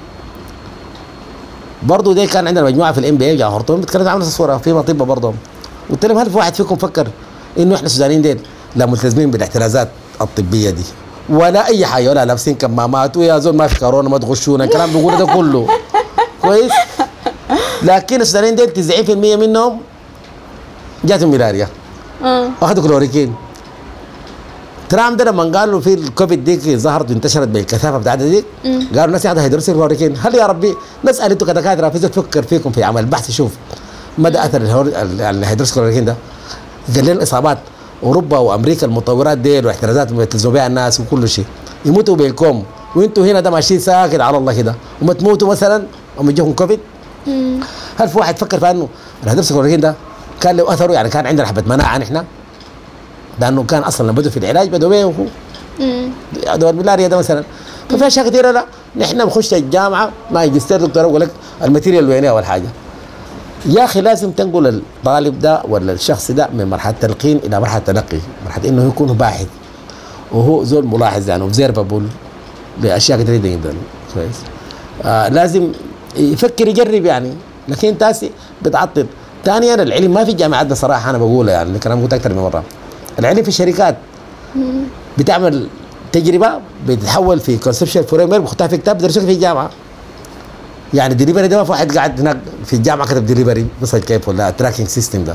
برضه ده كان عندنا مجموعه في الMBA يعني خرطوم بتكلم عن نفس الصوره في مطبه برضه. قلت لهم هل في واحد فيكم فكر انه احنا السودانيين ديل لا ملتزمين بالاحترازات الطبيه دي ولا اي حاجه، ولا لابسين كمامات، ويا زول ما في كورونا ما تغشونا، الكلام بيقوله ده كله كويس. لكن السودانيين ديل 90% منهم جاتهم ملاريا، اخذوا كلوريكين. ترامب ده لما قالوا في الكوفيد دي ظهرت وانتشرت بالكثافه بتاعتها دي، قالوا الناس ياخذوا هيدروكسي كلوريكين. هل يا ربي نسال انتوا كدكاتره في تفكر فيكم في عمل بحث يشوف مدى اثر الهيدروكسي كلوريكين ده؟ قال لنا الاصابات اوروبا وامريكا المطورات دي والاحترازات اللي بيلتزموا بها الناس وكل شيء يموتوا بالكم، وانتوا هنا ده ماشيين ساكت على الله كده وما تموتوا مثلا وما يجيكم كوفيد. هل في واحد فكر في انه الهيدروكسي كلوريكين ده كان له اثره؟ يعني كان عندنا حبه مناعه نحن، لانه كان اصلا لما بدوا في العلاج بدوا بيه دواء الملاريا ده مثلا. ففي اشياء كثيره لا نحن بنخش الجامعه ماجستير دكتوراه يقول لك الماتيريال وينها اول حاجه. يا اخي لازم تنقل الطالب ده ولا الشخص ده من مرحله تلقين الى مرحله تلقي، مرحله انه يكون باحث وهو زول ملاحظ يعني اوبزرفبل لاشياء كثيره جدا كويس. لازم يفكر يجرب يعني، لكن انت بتعطل. ثانيا العلم ما في الجامعات ده صراحه انا بقوله يعني الكلام قلت اكثر من مره. العلم في الشركات بتعمل تجربه بتتحول في كونسبشن فريم ورك بخطها في كتاب بدرسوك في الجامعه. يعني ديليفري ده ما في واحد قاعد هناك في الجامعه كتب ديليفري بصل كيف ولا تراكنج سيستم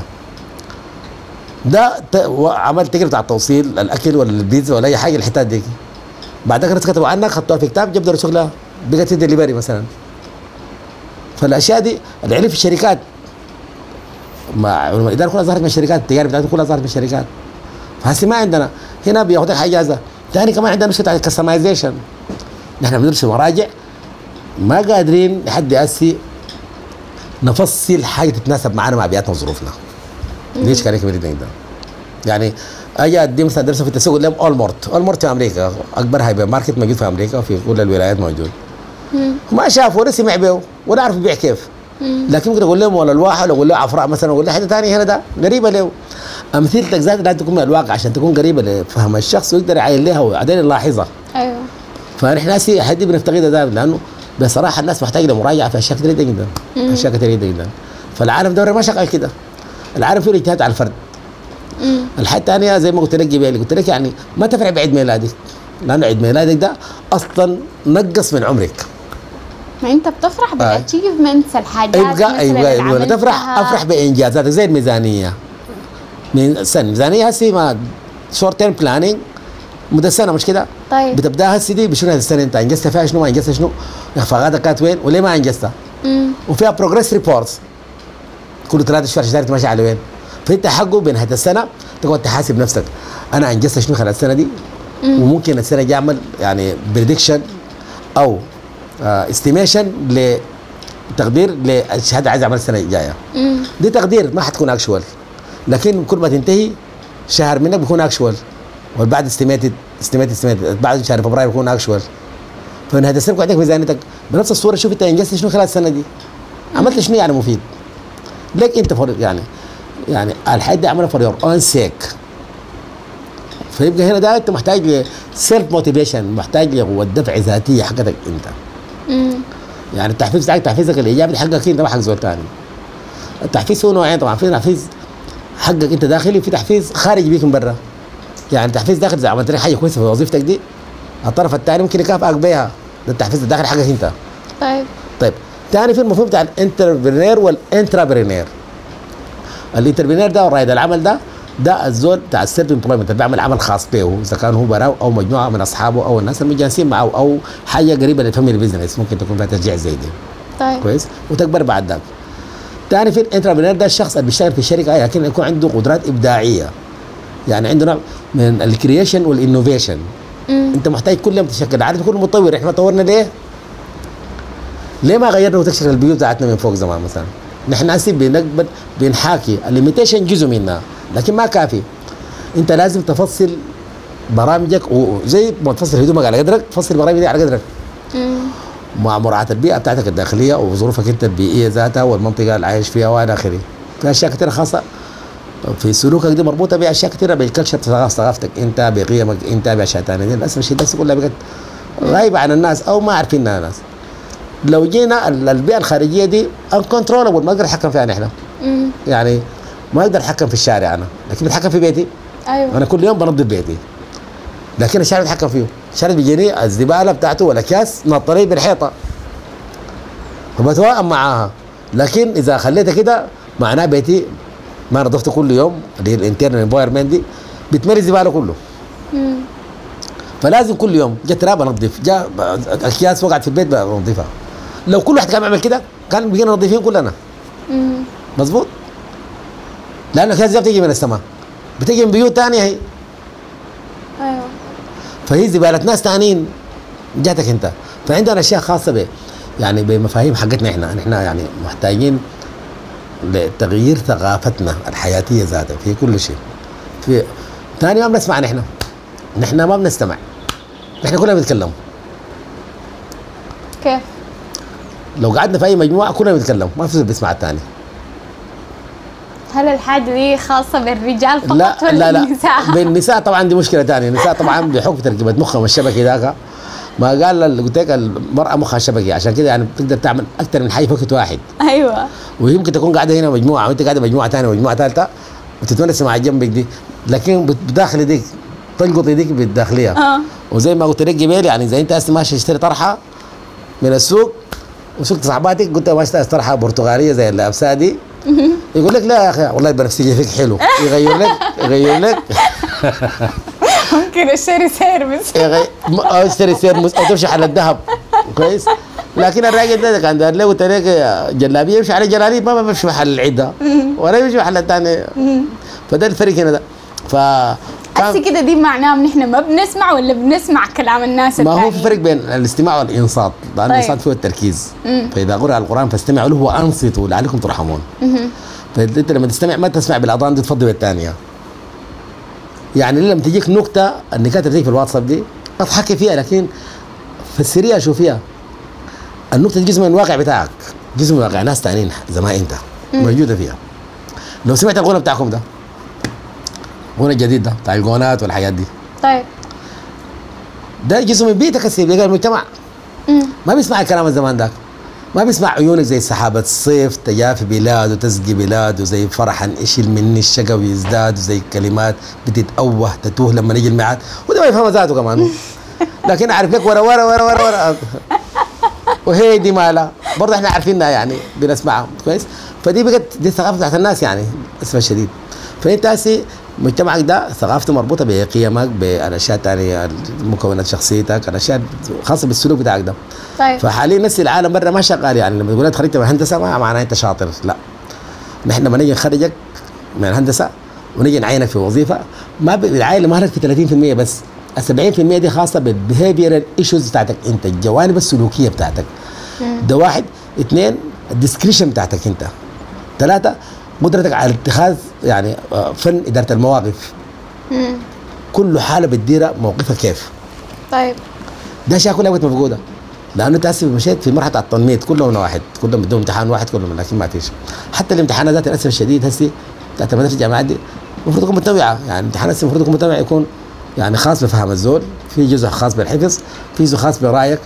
ده عمل تجربه بتاع توصيل الاكل ولا البيتزا ولا اي حاجه الحتات دي. بعد كده كتبوا عنك خطوها في كتاب جاب درسوك لها بقت ديليفري مثلا. فالاشياء دي العلم في الشركات مع علماء الاداره كلها ظهرت من الشركات، التجارب بتاعتهم كلها ظهرت من الشركات. فهسه ما عندنا هنا بياخذ لك حاجه جاهزه. ثاني كمان عندنا مشكله الكستمايزيشن، نحن بندرس مراجع ما قادرين لحد هسه نفصل حاجه تتناسب معنا مع بيئتنا وظروفنا. ليش كان كبير جدا؟ يعني اجي ادي مثلا درس في التسوق قدام اولمورت في امريكا اكبر هايبر ماركت موجود في امريكا وفي كل الولايات موجود. ما شاف ولا سمع به ولا عارف يبيع كيف. لكن ممكن اقول لهم ولا الواحه ولا اقول له عفراء مثلا ولا حاجه ثانيه هنا ده قريبه له. امثلتك ذاتها لازم تكون من الواقع عشان تكون قريبه لفهم الشخص ويقدر يعين لها وبعدين يلاحظها. ايوه. فنحن هسه حدي بنفتقدها دائما لانه بصراحه الناس محتاجه لمراجعه في اشياء كثيره جدا. اشياء كثيره جدا. فالعالم دوري ما شغال كده. العالم فيه الاجتهاد على الفرد. الحاجه الثانيه زي ما قلت لك جبالي قلت لك يعني ما تفرح بعيد ميلادك لانه عيد ميلادك ده اصلا نقص من عمرك. ما انت بتفرح بالاتشيفمنتس الحاجات ايوه افرح بانجازاتك زي الميزانيه. الميزانيه هسه ما شورت تيرم بلاننج مدة سنه مش كده؟ طيب بتبداها هسه دي بشنو هذه السنه انت انجزت فيها شنو ما انجزت شنو؟ اخفاقاتك كانت وين وليه ما انجزتها؟ وفيها بروجريس ريبورتس كل 3 شهور ماشي على وين؟ فانت حقه بنهايه السنه تقعد تحاسب نفسك انا انجزت شنو خلال السنه دي؟ وممكن السنه الجايه اعمل يعني بريدكشن او استيميشن لتقدير للشهاده عايز اعمل السنه الجايه. دي تقدير ما حتكون اكشوال، لكن كل ما تنتهي شهر منك بيكون اكشوال والبعد استيميتد بعد شهر فبراير بيكون اكشوال. فنهايه السنه بيكون عندك ميزانيتك بنفس الصوره شوف انت انجزت شنو خلال السنه دي؟ عملت شنو يعني مفيد؟ ليك انت يعني الحياه دي عملها فور يور اون سيك. فيبقى هنا ده انت محتاج لسيلف موتيفيشن، محتاج لقوه دفع ذاتيه حقتك انت. يعني التحفيز بتاعك تحفيزك الايجابي حقك انت ما حق زول ثاني. التحفيز هو نوعين طبعا، في تحفيز حقك انت داخلي وفي تحفيز خارجي بيك من برا. يعني التحفيز داخلي اذا عملت لك حاجه كويسه في وظيفتك دي الطرف الثاني ممكن يكافئك بيها، ده التحفيز الداخلي حقك انت. طيب ثاني في المفهوم بتاع الانتربرينير والانترابرينير. الانتربرينير ده ورائد العمل ده الزول بتاع السيلف امبلويمنت اللي بيعمل عمل خاص به، اذا كان هو براو او مجموعه من اصحابه او الناس المتجانسين معه او حاجه قريبه للفاميلي بزنس ممكن تكون فيها تشجيع زي دي. طيب كويس وتكبر بعد ذاك. ثاني في الانتربرينير ده الشخص اللي بيشتغل في شركه لكن يكون عنده قدرات ابداعيه، يعني عنده نوع من الكرييشن والانوفيشن. انت محتاج كل يوم تشكل، عارف كل مطور احنا طورنا ليه؟ ليه ما غيرنا وتكشف البيوت بتاعتنا من فوق زمان مثلا؟ نحن هسه بنقبل بنحاكي الليميتيشن جزء منها لكن ما كافي. انت لازم تفصل برامجك وزي ما تفصل هدومك على قدرك تفصل برامجك على قدرك مع مراعاة البيئة بتاعتك الداخلية وظروفك انت البيئية ذاتها والمنطقة اللي عايش فيها والى اخره. في اشياء كثيرة خاصة في سلوكك دي مربوطة باشياء كثيرة بالكلتشر ثقافتك انت بقيمك انت باشياء ثانية. للاسف الشيء الناس كلها بقت غايبة عن الناس او ما عارفينها الناس. لو جينا البيئة الخارجية دي انكنترولبل ما نقدر نتحكم فيها نحن. يعني ما اقدر اتحكم في الشارع انا لكن بتحكم في بيتي. ايوه انا كل يوم بنظف بيتي لكن الشارع بتحكم فيه. الشارع بيجيني الزباله بتاعته ولا كاس ناطري بالحيطه فبتوائم معاها، لكن اذا خليتها كده معناه بيتي ما نظفته كل يوم اللي هي الانترنال انفايرمنت دي بتملي الزباله كله. فلازم كل يوم جاء تراب انظف، جاء اكياس وقعت في البيت بنظفها. لو كل واحد كان يعمل كده كان بقينا نظيفين كلنا. مظبوط؟ لأن الأكياس دي بتيجي من السماء بتيجي من بيوت ثانية هي. ايوه فهي زبالة ناس ثانيين جاتك أنت. فعندنا أشياء خاصة يعني بمفاهيم حقتنا احنا يعني محتاجين لتغيير ثقافتنا الحياتية ذاتها في كل شيء. في ثاني ما بنسمع نحن ما بنستمع. نحن كلنا بنتكلم. كيف؟ لو قعدنا في أي مجموعة كلنا بنتكلم ما في بيسمع الثاني. هل الحاجة دي خاصة بالرجال فقط لا ولا لا بالنساء؟ بالنساء طبعا دي مشكلة ثانية. النساء طبعا بحكم تركيبة مخهم الشبكي ذاك ما قال قلت لك المرأة مخها شبكي عشان كده يعني بتقدر تعمل أكثر من حي في وقت واحد. ايوه ويمكن تكون قاعدة هنا مجموعة وأنت قاعدة مجموعة ثانية ومجموعة ثالثة وتتونس مع جنبك دي لكن بداخل ديك تلقط يديك بالداخلية. وزي ما قلت لك قبل يعني إذا أنت هسه ماشي تشتري طرحة من السوق وسوق صاحباتك قلت ماشي تشتري طرحة برتغالية زي اللابسة دي يقول لك لا يا اخي والله البنفسجي فيك حلو يغير لك ممكن اشتري سيرفيس او اشتري سيرمس او تمشي على الذهب كويس. لكن الراجل ده كان دار له قلت لك جلابيه يمشي على جلاليب ما بيمشي محل العده ولا يمشي محل الثاني. فده الفرق هنا ده. هسه كده دي معناه ان احنا ما بنسمع ولا بنسمع كلام الناس ما هو في فرق بين الاستماع والانصات. لان الانصات فيه التركيز. فاذا قرأ القران فاستمعوا له وانصتوا لعلكم ترحمون. فانت لما تستمع ما تسمع بالاذان دي تفضي بالثانيه. يعني لما تجيك نكته النكات اللي بتيجي في الواتساب دي اضحكي فيها لكن فسريها شوفيها. النكته دي جزء من الواقع بتاعك جزء من واقع ناس ثانيين زي ما انت موجوده فيها. لو سمعت الغنى بتاعكم ده الغنى الجديد ده بتاع الجونات والحاجات دي طيب ده جزء من بيئتك السياسية المجتمع. ما بيسمع الكلام الزمان ذاك ما بيسمع عيونك زي سحابة الصيف تجافي بلاد وتسقي بلاد وزي فرحا اشيل مني الشقا ويزداد وزي كلمات بتتأوه تتوه لما نيجي الميعاد وده ما يفهم ذاته كمان. لكن اعرف لك ورا ورا ورا ورا ورا وهي دي مالها برضه احنا عارفينها يعني بنسمعها كويس. فدي بقت دي الثقافة بتاعت الناس يعني اسف الشديد. فانت هسي مجتمعك ده ثقافته مربوطه بقيمك بالاشياء الثانيه مكونات شخصيتك الاشياء خاصه بالسلوك بتاعك ده. طيب فحاليا نفس العالم برا ما شغال. يعني لما تقول خرجت من الهندسه ما معناه انت شاطر لا. نحن لما نيجي نخرجك من الهندسه ونيجي نعينك في وظيفه ما بنعين مهارك في 30% بس. ال 70% دي خاصه بالبيهيفيرال ايشوز بتاعتك انت الجوانب السلوكيه بتاعتك. ده واحد. اثنين الديسكريشن بتاعتك انت. ثلاثه قدرتك على اتخاذ يعني فن اداره المواقف. كل حاله بتديرها موقفها كيف. طيب ده اشياء كلها بقت مفقوده لانه انت هسه مشيت في مرحله التنميط كلهم واحد كلهم بدهم امتحان واحد كلهم لكن ما فيش. حتى الامتحانات ذات للاسف الشديد هسه بتاعت المدارس الجامعات دي المفروض تكون متنوعه. يعني امتحان هسه المفروض يكون متنوع يكون يعني خاص بفهم الزول في جزء خاص بالحفظ في جزء خاص برايك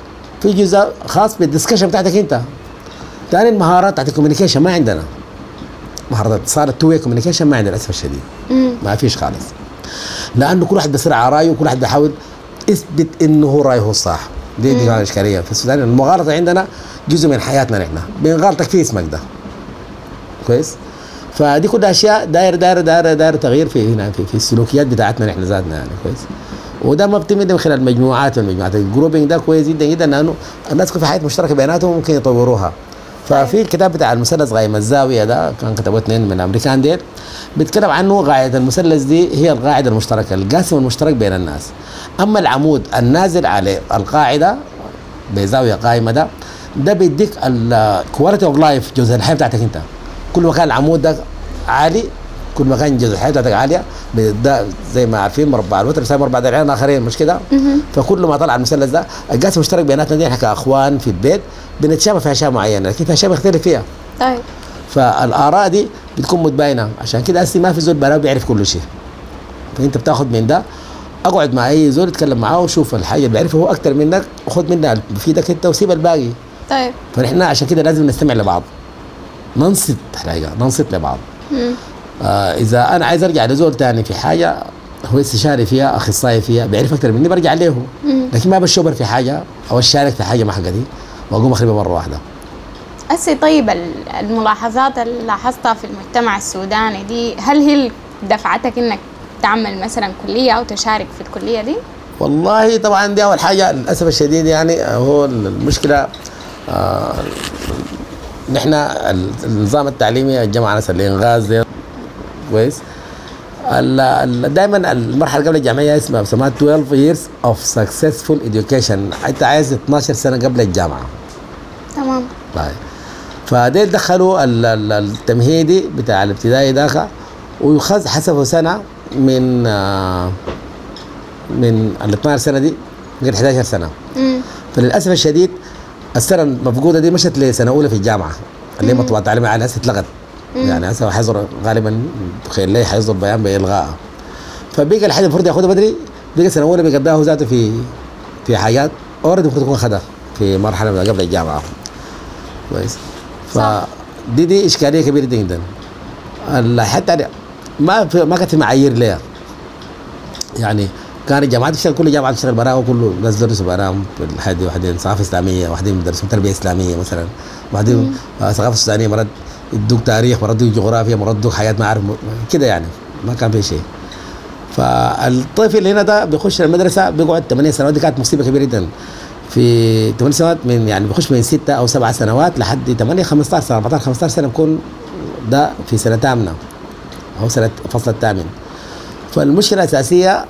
في جزء خاص بالدسكشن بتاعتك انت. ثاني المهارات بتاعت الكوميونيكيشن ما عندنا، مهارات الاتصال التو واي كوميونيكيشن ما عندنا للاسف الشديد. ما فيش خالص، لانه كل واحد بيصير على رايه وكل واحد بيحاول يثبت انه هو رايه الصح. دي كانت اشكاليه في السودان. المغالطه عندنا جزء من حياتنا نحن، بنغلطك في اسمك ده كويس. فدي كلها اشياء داير تغيير في هنا في السلوكيات بتاعتنا نحن ذاتنا يعني كويس. وده ما بتم من خلال المجموعات الجروبينج ده كويس جدا جدا، لانه الناس في حياه مشتركه بيناتهم ممكن يطوروها. ففي الكتاب بتاع المثلث غايم الزاويه ده كان كتبوه اثنين من الامريكان ديل، بيتكلم عنه قاعده المثلث دي هي القاعده المشتركه، القاسم المشترك بين الناس. اما العمود النازل على القاعده بزاويه قائمه ده بيديك الكواليتي اوف لايف، جزء الحياه بتاعتك انت. كل ما كان العمود ده عالي كل ما كان جزء الحياه بتاعتك عاليه. ده زي ما عارفين مربع الوتر بيساوي مربع ضلعين الاخرين، مش كده؟ فكل ما طلع المثلث ده القاسم المشترك بيناتنا دي احنا كاخوان في البيت بنتشابه في اشياء معينه، لكن في اشياء بنختلف فيها. طيب فالاراء دي بتكون متباينه، عشان كده هسه ما في زول براو بيعرف كل شيء. فانت بتاخذ من ده، اقعد مع اي زول اتكلم معاه وشوف الحاجه اللي بيعرفها هو اكثر منك وخذ منها اللي بيفيدك انت وسيب الباقي. طيب فنحن عشان كده لازم نستمع لبعض، ننصت لبعض. اذا انا عايز ارجع لزول تاني في حاجه هو استشاري فيها، اخصائي فيها، بيعرف اكثر مني، برجع له. لكن ما بشوبر في حاجه او اشارك في حاجه ما حقتي واقوم اخربها مره واحده. طيب الملاحظات اللي لاحظتها في المجتمع السوداني دي، هل هي دفعتك انك تعمل مثلا كليه او تشارك في الكليه دي؟ والله طبعا دي اول حاجه للاسف الشديد، يعني هو المشكله نحن النظام التعليمي الجامعه ناس الانغاز كويس. دائما المرحله قبل الجامعيه اسمها 12 years of successful education، انت عايز 12 سنه قبل الجامعه. تمام. طيب فديل دخلوا التمهيدي بتاع الابتدائي داخل ويخذ حسبه سنه من ال 12 سنه دي غير 11 سنه. فللاسف الشديد السنه المفقوده دي مشت لسنه اولى في الجامعه اللي هي مطبعه التعليم على هسه اتلغت. يعني هسه حيصدر غالبا تخيل لي حيصدر بيان بالغائها. فبقى الحاجه المفروض ياخذها بدري، بقى سنه اولى بيقضاها ذاته في حاجات اوريدي المفروض يكون اخذها في مرحله قبل الجامعه كويس. فدي اشكاليه كبيره جدا. حتى ما كانت في معايير ليها، يعني كان الجامعات تشتغل، كل جامعه تشتغل براها وكل الناس يدرسوا براها. الحدي واحدين ثقافه اسلاميه، واحدين يدرسوا تربيه اسلاميه مثلا، واحدين ثقافه سودانيه، مرات يدوك تاريخ، مرات يدوك جغرافيا، مرات يدوك حياه ما اعرف كده، يعني ما كان في شيء. فالطفل هنا ده بيخش المدرسه بيقعد 8 سنوات، دي كانت مصيبه كبيره جدا. في 8 سنوات من يعني بيخش من 6 أو 7 سنوات لحد 8 15 سنه 14 15 سنه بكون ده في سنه ثامنه او سنه الفصل الثامن. فالمشكله الاساسيه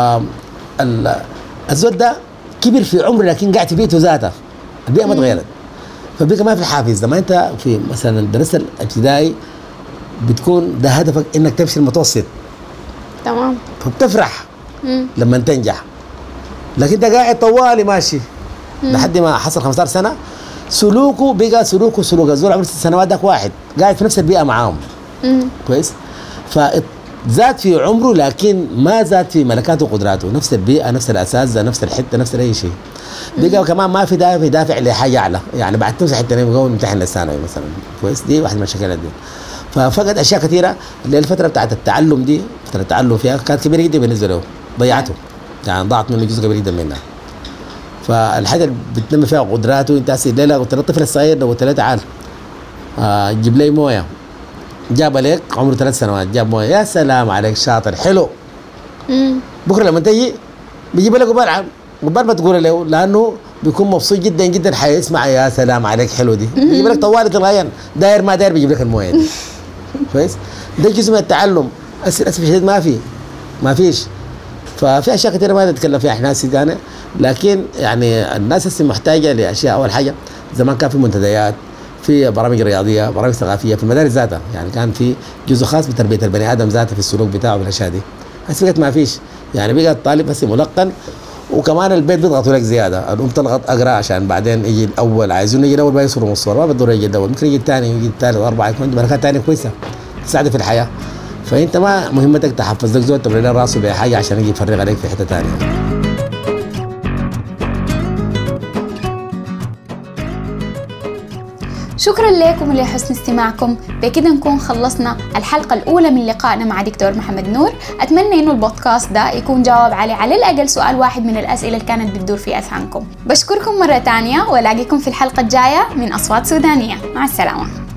الزول ده كبر في عمره لكن قاعد في بيته ذاته، البيئه ما تغيرت، فبقى ما في حافز. لما انت في مثلا درست الابتدائي بتكون ده هدفك انك تمشي المتوسط، تمام، فبتفرح لما تنجح. لكن انت قاعد طوالي ماشي لحد ما حصل 15 سنه، سلوكه بقى سلوك الزول عمره 6 سنوات داك واحد قاعد في نفس البيئه معاهم كويس. فزاد في عمره لكن ما زاد في ملكاته وقدراته، نفس البيئه، نفس الاساتذه، نفس الحته، نفس اي شيء. بقى كمان ما في دافع لحاجه اعلى، يعني بعد تمسح حتى يقوم يمتحن للثانوي مثلا كويس. دي واحده من المشاكل دي. ففقد اشياء كثيره. اللي الفتره بتاعت التعلم دي، فتره التعلم فيها كانت كبيره جدا بالنسبه له، ضيعته، يعني ضاعت منه جزء كبير جدا منها. فالحاجه اللي بتنمي فيها قدراته، انت هسه الليله قلت للطفل الصغير لو قلت له تعال جيب لي مويه، جاب لك عمره 3 سنوات جاب مويه، يا سلام عليك شاطر حلو. بكره لما تجي بيجيب لك قبال ما تقول له، لانه بيكون مبسوط جدا جدا، حيسمع يا سلام عليك حلو دي، بيجيب لك طوالي تلغين داير ما داير بيجيب لك المويه دي كويس. ده جزء من التعلم. للاسف الشديد ما فيش. ففي اشياء كثيره ما نتكلم فيها احنا هسه، لكن يعني الناس هسه محتاجه لاشياء. اول حاجه زمان كان في منتديات، في برامج رياضيه، برامج ثقافيه في المدارس ذاتها، يعني كان في جزء خاص بتربيه البني ادم ذاته في السلوك بتاعه والاشياء دي. هسه بقت ما فيش، يعني بقى الطالب هسه ملقن، وكمان البيت بيضغطوا لك زياده، الام تضغط اقرا عشان بعدين يجي الاول، عايزين يجي الاول ما يصيروا مصور، ما بده يجي الاول، ممكن يجي الثاني ويجي الثالث واربعه، يكون عنده ملكات ثانيه كويسه تساعده في الحياه. فانت ما مهمتك تحفظ لك زول تبرر له راسه بحاجه عشان يجي يفرغ عليك في حته ثانيه. شكرا لكم ولحسن استماعكم. بكده نكون خلصنا الحلقة الأولى من لقائنا مع دكتور محمد نور. أتمنى إنه البودكاست ده يكون جواب على الأقل سؤال واحد من الأسئلة اللي كانت بتدور في أذهانكم. بشكركم مرة تانية ولاقيكم في الحلقة الجاية من أصوات سودانية. مع السلامة.